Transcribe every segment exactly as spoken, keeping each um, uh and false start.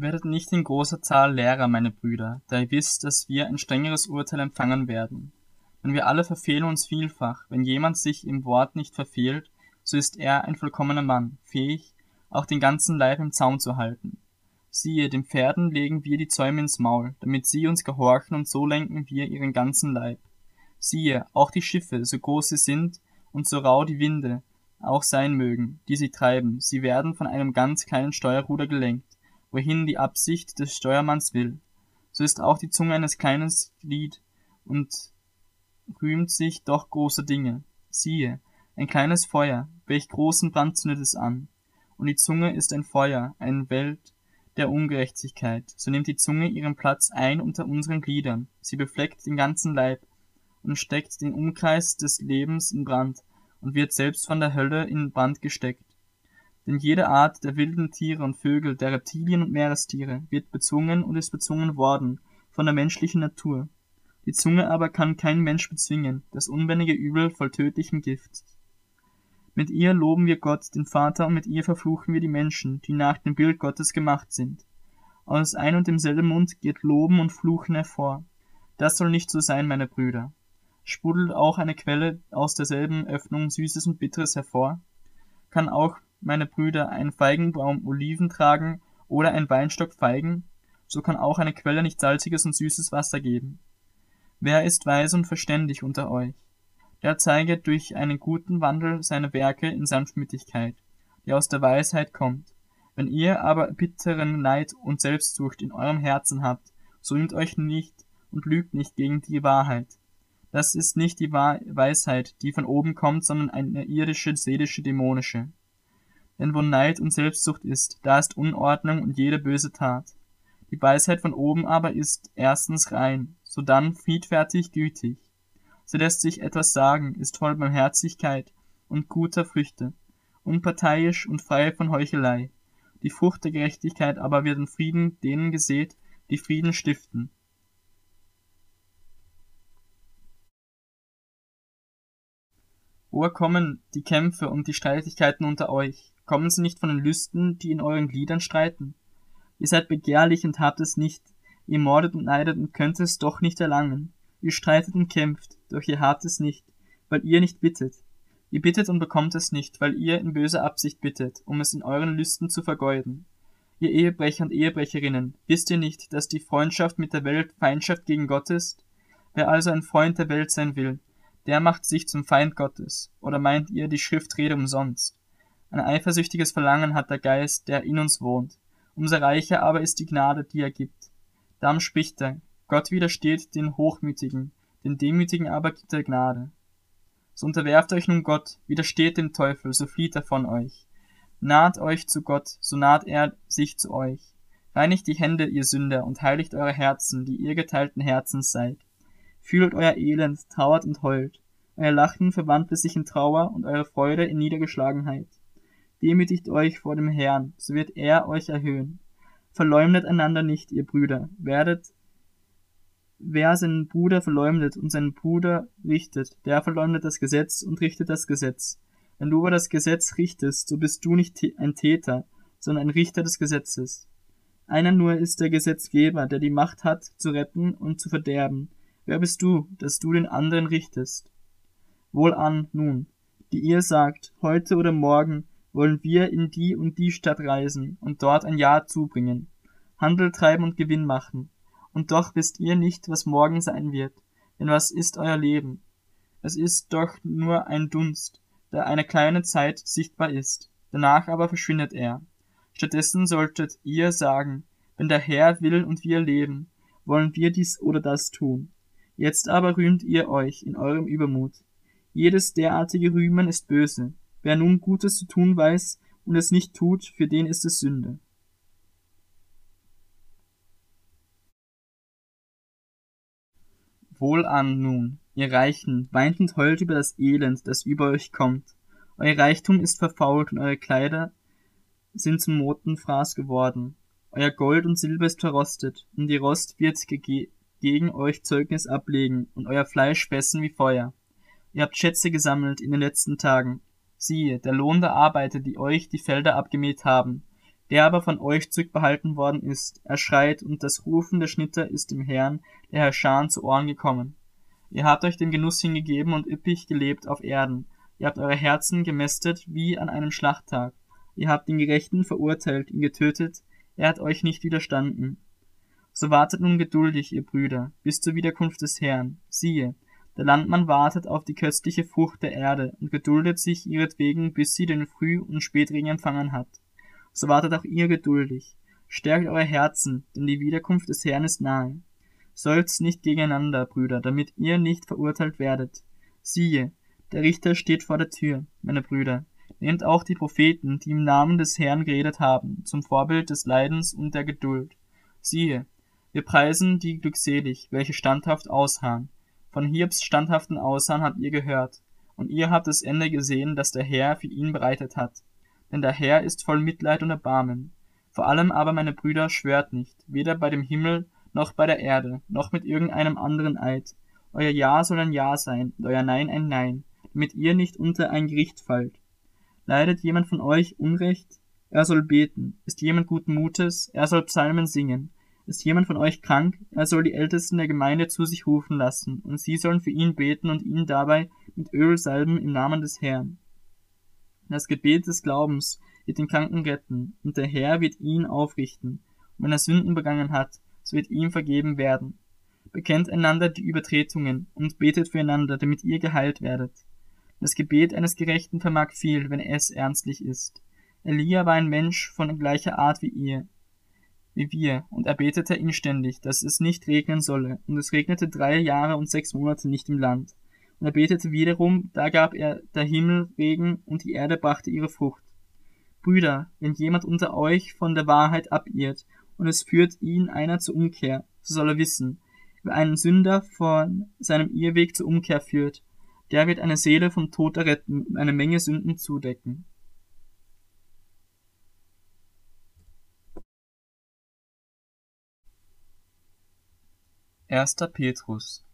Werdet nicht in großer Zahl Lehrer, meine Brüder, da ihr wisst, dass wir ein strengeres Urteil empfangen werden. Denn wir alle verfehlen uns vielfach. Wenn jemand sich im Wort nicht verfehlt, so ist er ein vollkommener Mann, fähig, auch den ganzen Leib im Zaum zu halten. Siehe, den Pferden legen wir die Zäume ins Maul, damit sie uns gehorchen, und so lenken wir ihren ganzen Leib. Siehe, auch die Schiffe, so groß sie sind und so rau die Winde auch sein mögen, die sie treiben, sie werden von einem ganz kleinen Steuerruder gelenkt, wohin die Absicht des Steuermanns will. So ist auch die Zunge eines kleinen Glied und rühmt sich doch großer Dinge. Siehe, ein kleines Feuer, welch großen Brand zündet es an. Und die Zunge ist ein Feuer, ein Welt der Ungerechtigkeit. So nimmt die Zunge ihren Platz ein unter unseren Gliedern. Sie befleckt den ganzen Leib und steckt den Umkreis des Lebens in Brand und wird selbst von der Hölle in Brand gesteckt. Denn jede Art der wilden Tiere und Vögel, der Reptilien und Meerestiere wird bezwungen und ist bezwungen worden von der menschlichen Natur. Die Zunge aber kann kein Mensch bezwingen, das unbändige Übel voll tödlichem Gift. Mit ihr loben wir Gott, den Vater, und mit ihr verfluchen wir die Menschen, die nach dem Bild Gottes gemacht sind. Aus ein und demselben Mund geht Loben und Fluchen hervor. Das soll nicht so sein, meine Brüder. Sprudelt auch eine Quelle aus derselben Öffnung Süßes und Bitteres hervor? Kann auch, meine Brüder, ein Feigenbaum Oliven tragen oder ein Weinstock Feigen? So kann auch eine Quelle nicht salziges und süßes Wasser geben. Wer ist weise und verständig unter euch? Der zeige durch einen guten Wandel seine Werke in Sanftmütigkeit, die aus der Weisheit kommt. Wenn ihr aber bitteren Neid und Selbstsucht in eurem Herzen habt, so rühmt euch nicht und lügt nicht gegen die Wahrheit. Das ist nicht die Weisheit, die von oben kommt, sondern eine irdische, seelische, dämonische. Denn wo Neid und Selbstsucht ist, da ist Unordnung und jede böse Tat. Die Weisheit von oben aber ist erstens rein, sodann friedfertig, gütig. So lässt sich etwas sagen, ist voll Barmherzigkeit und guter Früchte, unparteiisch und frei von Heuchelei. Die Frucht der Gerechtigkeit aber wird in Frieden denen gesät, die Frieden stiften. Woher kommen die Kämpfe und die Streitigkeiten unter euch? Kommen sie nicht von den Lüsten, die in euren Gliedern streiten? Ihr seid begehrlich und habt es nicht, ihr mordet und neidet und könnt es doch nicht erlangen. Ihr streitet und kämpft, doch ihr habt es nicht, weil ihr nicht bittet. Ihr bittet und bekommt es nicht, weil ihr in böser Absicht bittet, um es in euren Lüsten zu vergeuden. Ihr Ehebrecher und Ehebrecherinnen, wisst ihr nicht, dass die Freundschaft mit der Welt Feindschaft gegen Gott ist? Wer also ein Freund der Welt sein will, der macht sich zum Feind Gottes. Oder meint ihr, die Schrift rede umsonst? Ein eifersüchtiges Verlangen hat der Geist, der in uns wohnt. Umso reicher aber ist die Gnade, die er gibt. Darum spricht er, Gott widersteht den Hochmütigen, den Demütigen aber gibt er Gnade. So unterwerft euch nun Gott, widersteht dem Teufel, so flieht er von euch. Naht euch zu Gott, so naht er sich zu euch. Reinigt die Hände, ihr Sünder, und heiligt eure Herzen, die ihr geteilten Herzens seid. Fühlt euer Elend, trauert und heult. Euer Lachen verwandelt sich in Trauer und eure Freude in Niedergeschlagenheit. Demütigt euch vor dem Herrn, so wird er euch erhöhen. Verleumdet einander nicht, ihr Brüder, werdet Wer seinen Bruder verleumdet und seinen Bruder richtet, der verleumdet das Gesetz und richtet das Gesetz. Wenn du aber das Gesetz richtest, so bist du nicht ein Täter, sondern ein Richter des Gesetzes. Einer nur ist der Gesetzgeber, der die Macht hat, zu retten und zu verderben. Wer bist du, dass du den anderen richtest? Wohlan nun, die ihr sagt, heute oder morgen wollen wir in die und die Stadt reisen und dort ein Jahr zubringen, Handel treiben und Gewinn machen. Und doch wisst ihr nicht, was morgen sein wird. Denn was ist euer Leben? Es ist doch nur ein Dunst, der eine kleine Zeit sichtbar ist. Danach aber verschwindet er. Stattdessen solltet ihr sagen, wenn der Herr will und wir leben, wollen wir dies oder das tun. Jetzt aber rühmt ihr euch in eurem Übermut. Jedes derartige Rühmen ist böse. Wer nun Gutes zu tun weiß und es nicht tut, für den ist es Sünde. Wohlan nun, ihr Reichen, weint und heult über das Elend, das über euch kommt. Euer Reichtum ist verfault und eure Kleider sind zum Motenfraß geworden. Euer Gold und Silber ist verrostet, und die Rost wird gege- gegen euch Zeugnis ablegen und euer Fleisch fressen wie Feuer. Ihr habt Schätze gesammelt in den letzten Tagen. Siehe, der Lohn der Arbeiter, die euch die Felder abgemäht haben, Der aber von euch zurückbehalten worden ist, er schreit, und das Rufen der Schnitter ist dem Herrn, der Herrscher, zu Ohren gekommen. Ihr habt euch dem Genuss hingegeben und üppig gelebt auf Erden. Ihr habt eure Herzen gemästet wie an einem Schlachttag. Ihr habt den Gerechten verurteilt, ihn getötet, er hat euch nicht widerstanden. So wartet nun geduldig, ihr Brüder, bis zur Wiederkunft des Herrn. Siehe, der Landmann wartet auf die köstliche Frucht der Erde und geduldet sich ihretwegen, bis sie den Früh- und Spätregen empfangen hat. So wartet auch ihr geduldig. Stärkt eure Herzen, denn die Wiederkunft des Herrn ist nahe. Seufzt nicht gegeneinander, Brüder, damit ihr nicht verurteilt werdet. Siehe, der Richter steht vor der Tür, meine Brüder. Nehmt auch die Propheten, die im Namen des Herrn geredet haben, zum Vorbild des Leidens und der Geduld. Siehe, wir preisen die glückselig, welche standhaft ausharren. Von Hiobs standhaften Ausharren habt ihr gehört, und ihr habt das Ende gesehen, das der Herr für ihn bereitet hat. Denn der Herr ist voll Mitleid und Erbarmen. Vor allem aber, meine Brüder, schwört nicht, weder bei dem Himmel, noch bei der Erde, noch mit irgendeinem anderen Eid. Euer Ja soll ein Ja sein, und euer Nein ein Nein, damit ihr nicht unter ein Gericht fallt. Leidet jemand von euch Unrecht? Er soll beten. Ist jemand guten Mutes? Er soll Psalmen singen. Ist jemand von euch krank? Er soll die Ältesten der Gemeinde zu sich rufen lassen, und sie sollen für ihn beten und ihn dabei mit Öl salben im Namen des Herrn. Das Gebet des Glaubens wird den Kranken retten, und der Herr wird ihn aufrichten. Und wenn er Sünden begangen hat, so wird ihm vergeben werden. Bekennt einander die Übertretungen und betet füreinander, damit ihr geheilt werdet. Das Gebet eines Gerechten vermag viel, wenn es ernstlich ist. Elia war ein Mensch von gleicher Art wie ihr, wie wir, und er betete inständig, dass es nicht regnen solle, und es regnete drei Jahre und sechs Monate nicht im Land. Und er betete wiederum, da gab er der Himmel Regen, und die Erde brachte ihre Frucht. Brüder, wenn jemand unter euch von der Wahrheit abirrt, und es führt ihn einer zur Umkehr, so soll er wissen, wer einen Sünder von seinem Irrweg zur Umkehr führt, der wird eine Seele vom Tod erretten und eine Menge Sünden zudecken. Erster Petrus.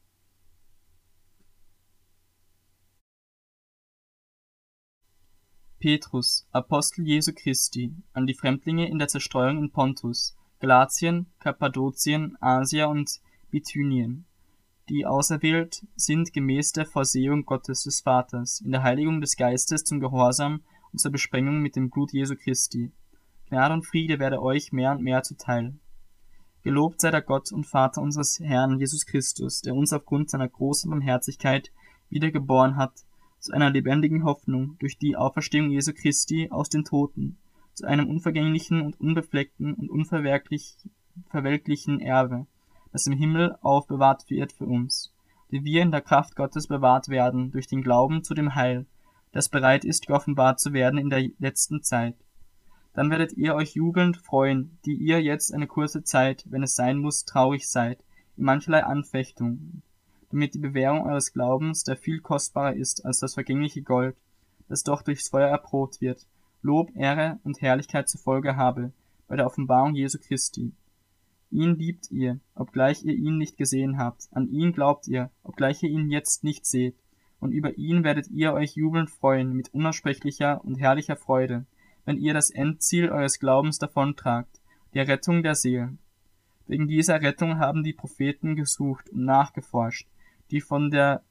Petrus, Apostel Jesu Christi, an die Fremdlinge in der Zerstreuung in Pontus, Galatien, Kappadokien, Asia und Bithynien, die auserwählt sind gemäß der Vorsehung Gottes des Vaters, in der Heiligung des Geistes zum Gehorsam und zur Besprengung mit dem Blut Jesu Christi. Gnade und Friede werde euch mehr und mehr zuteil. Gelobt sei der Gott und Vater unseres Herrn Jesus Christus, der uns aufgrund seiner großen Barmherzigkeit wiedergeboren hat, zu einer lebendigen Hoffnung durch die Auferstehung Jesu Christi aus den Toten, zu einem unvergänglichen und unbefleckten und unverwelklichen Erbe, das im Himmel aufbewahrt wird für uns, die wir in der Kraft Gottes bewahrt werden durch den Glauben zu dem Heil, das bereit ist, geoffenbart zu werden in der letzten Zeit. Dann werdet ihr euch jubelnd freuen, die ihr jetzt eine kurze Zeit, wenn es sein muss, traurig seid, in mancherlei Anfechtung, damit die Bewährung eures Glaubens, der viel kostbarer ist als das vergängliche Gold, das doch durchs Feuer erprobt wird, Lob, Ehre und Herrlichkeit zur Folge habe, bei der Offenbarung Jesu Christi. Ihn liebt ihr, obgleich ihr ihn nicht gesehen habt, an ihn glaubt ihr, obgleich ihr ihn jetzt nicht seht, und über ihn werdet ihr euch jubelnd freuen mit unaussprechlicher und herrlicher Freude, wenn ihr das Endziel eures Glaubens davontragt, die Errettung der Seelen. Wegen dieser Rettung haben die Propheten gesucht und nachgeforscht, die von der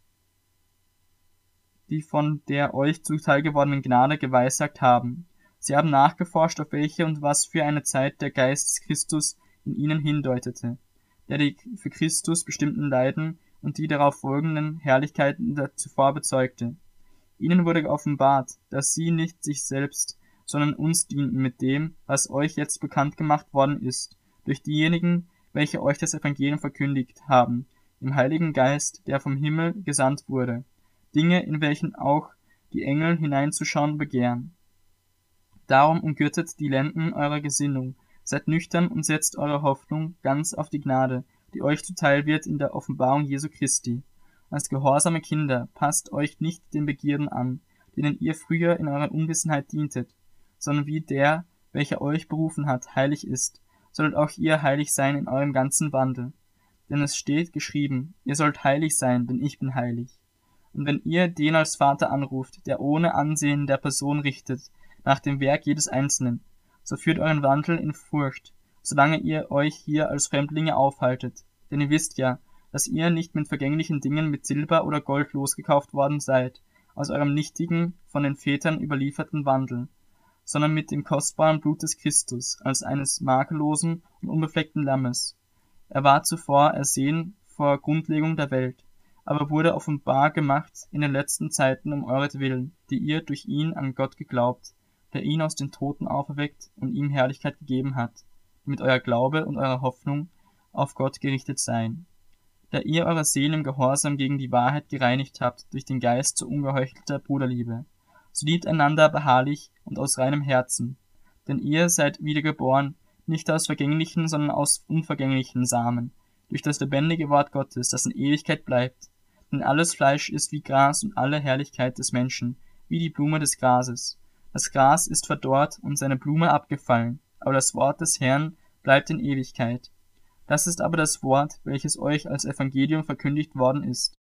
die von der euch zuteil gewordenen Gnade geweissagt haben. Sie haben nachgeforscht, auf welche und was für eine Zeit der Geist des Christus in ihnen hindeutete, der die für Christus bestimmten Leiden und die darauf folgenden Herrlichkeiten zuvor bezeugte. Ihnen wurde geoffenbart, dass sie nicht sich selbst, sondern uns dienten mit dem, was euch jetzt bekannt gemacht worden ist, durch diejenigen, welche euch das Evangelium verkündigt haben, im Heiligen Geist, der vom Himmel gesandt wurde, Dinge, in welchen auch die Engel hineinzuschauen begehren. Darum umgürtet die Lenden eurer Gesinnung, seid nüchtern und setzt eure Hoffnung ganz auf die Gnade, die euch zuteil wird in der Offenbarung Jesu Christi. Als gehorsame Kinder passt euch nicht den Begierden an, denen ihr früher in eurer Unwissenheit dientet, sondern wie der, welcher euch berufen hat, heilig ist, sollt auch ihr heilig sein in eurem ganzen Wandel. Denn es steht geschrieben, ihr sollt heilig sein, denn ich bin heilig. Und wenn ihr den als Vater anruft, der ohne Ansehen der Person richtet, nach dem Werk jedes Einzelnen, so führt euren Wandel in Furcht, solange ihr euch hier als Fremdlinge aufhaltet. Denn ihr wisst ja, dass ihr nicht mit vergänglichen Dingen mit Silber oder Gold losgekauft worden seid, aus eurem nichtigen, von den Vätern überlieferten Wandel, sondern mit dem kostbaren Blut des Christus, als eines makellosen und unbefleckten Lammes. Er war zuvor ersehen vor Grundlegung der Welt, aber wurde offenbar gemacht in den letzten Zeiten um euretwillen, die ihr durch ihn an Gott geglaubt, der ihn aus den Toten auferweckt und ihm Herrlichkeit gegeben hat, damit euer Glaube und eure Hoffnung auf Gott gerichtet seien. Da ihr eure Seelen im Gehorsam gegen die Wahrheit gereinigt habt durch den Geist zu ungeheuchelter Bruderliebe, so liebt einander beharrlich und aus reinem Herzen, denn ihr seid wiedergeboren, nicht aus vergänglichen, sondern aus unvergänglichen Samen, durch das lebendige Wort Gottes, das in Ewigkeit bleibt. Denn alles Fleisch ist wie Gras und alle Herrlichkeit des Menschen, wie die Blume des Grases. Das Gras ist verdorrt und seine Blume abgefallen, aber das Wort des Herrn bleibt in Ewigkeit. Das ist aber das Wort, welches euch als Evangelium verkündigt worden ist.